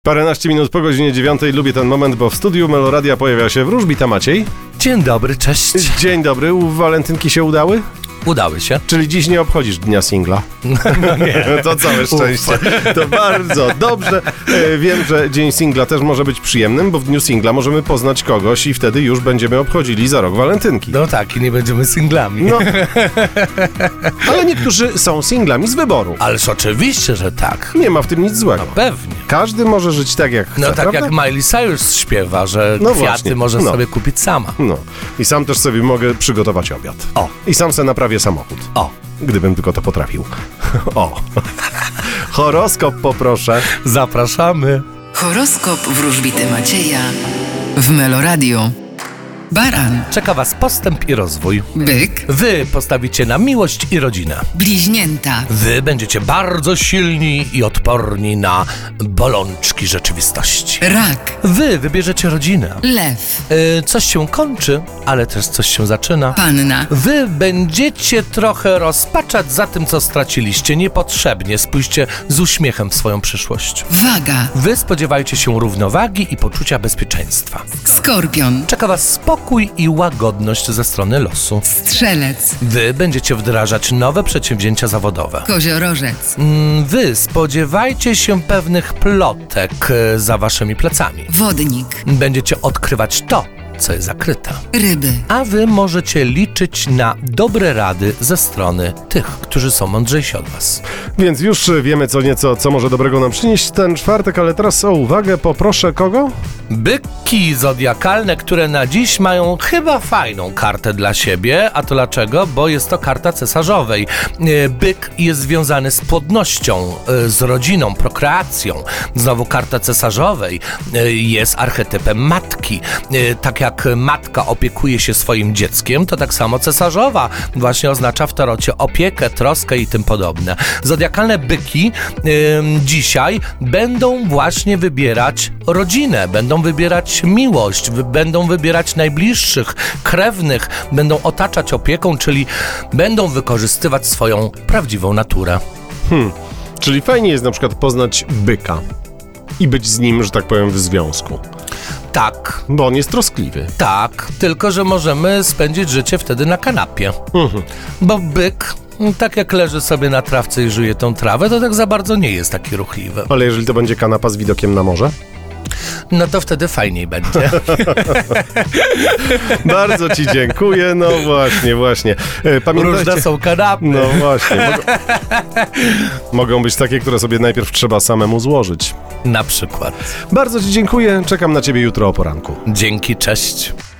Paręnaście minut po godzinie 9. Lubię ten moment, bo w studiu Meloradia pojawia się Wróżbita Maciej. Dzień dobry, cześć. Dzień dobry, walentynki się udały? Udały się. Czyli dziś nie obchodzisz dnia singla? No nie. To całe szczęście. To bardzo dobrze. Wiem, że dzień singla też może być przyjemnym, bo w dniu singla możemy poznać kogoś i wtedy już będziemy obchodzili za rok walentynki. No tak, i nie będziemy singlami. No. Ale niektórzy są singlami z wyboru. Ależ oczywiście, że tak. Nie ma w tym nic złego. No pewnie. Każdy może żyć tak, jak chce, No tak prawda? jak Miley Cyrus śpiewa, że No kwiaty właśnie. może No. sobie kupić sama. No. I sam też sobie mogę przygotować obiad. O. I sam se naprawię samochód. O. Gdybym tylko to potrafił. O. Horoskop poproszę. Zapraszamy. Horoskop wróżbity Macieja w Meloradio. Baran, Czeka was postęp i rozwój. byk, Wy postawicie na miłość i rodzinę. bliźnięta, Wy będziecie bardzo silni i odporni na bolączki rzeczywistości. rak, Wy wybierzecie rodzinę. lew, Coś się kończy, ale też coś się zaczyna. panna, Wy będziecie trochę rozpaczać za tym, co straciliście niepotrzebnie. Spójrzcie z uśmiechem w swoją przyszłość. waga, Wy spodziewajcie się równowagi i poczucia bezpieczeństwa. skorpion, Czeka was spokój i łagodność ze strony losu. strzelec, Wy będziecie wdrażać nowe przedsięwzięcia zawodowe. koziorożec, Wy spodziewajcie się pewnych plotek za waszymi plecami. wodnik, Będziecie odkrywać to, co jest zakryte. ryby, A wy możecie liczyć na dobre rady ze strony tych, którzy są mądrzejsi od was. Więc już wiemy co nieco, co może dobrego nam przynieść ten czwartek, ale teraz o uwagę poproszę kogo? Byki zodiakalne, które na dziś mają chyba fajną kartę dla siebie. A to dlaczego? Bo jest to karta cesarzowej. Byk jest związany z płodnością, z rodziną, prokreacją. Znowu karta cesarzowej jest archetypem matki. Tak jak matka opiekuje się swoim dzieckiem, to tak samo cesarzowa właśnie oznacza w tarocie opiekę, troskę i tym podobne. Zodiakalne byki dzisiaj będą właśnie wybierać rodzinę, będą wybierać miłość, będą wybierać najbliższych, krewnych, będą otaczać opieką, czyli będą wykorzystywać swoją prawdziwą naturę. Czyli fajnie jest na przykład poznać byka i być z nim, że tak powiem, w związku. Tak, Bo on jest troskliwy. tak, tylko że możemy spędzić życie wtedy na kanapie. Bo byk, tak jak leży sobie na trawce i żuje tą trawę, to tak za bardzo nie jest taki ruchliwy. Ale jeżeli to będzie kanapa z widokiem na morze? No to wtedy fajniej będzie. Bardzo ci dziękuję, no właśnie. Pamiętajcie... Różne są kanapy. No właśnie. Mogą być takie, które sobie najpierw trzeba samemu złożyć. Na przykład. Bardzo ci dziękuję, czekam na ciebie jutro o poranku. Dzięki, cześć.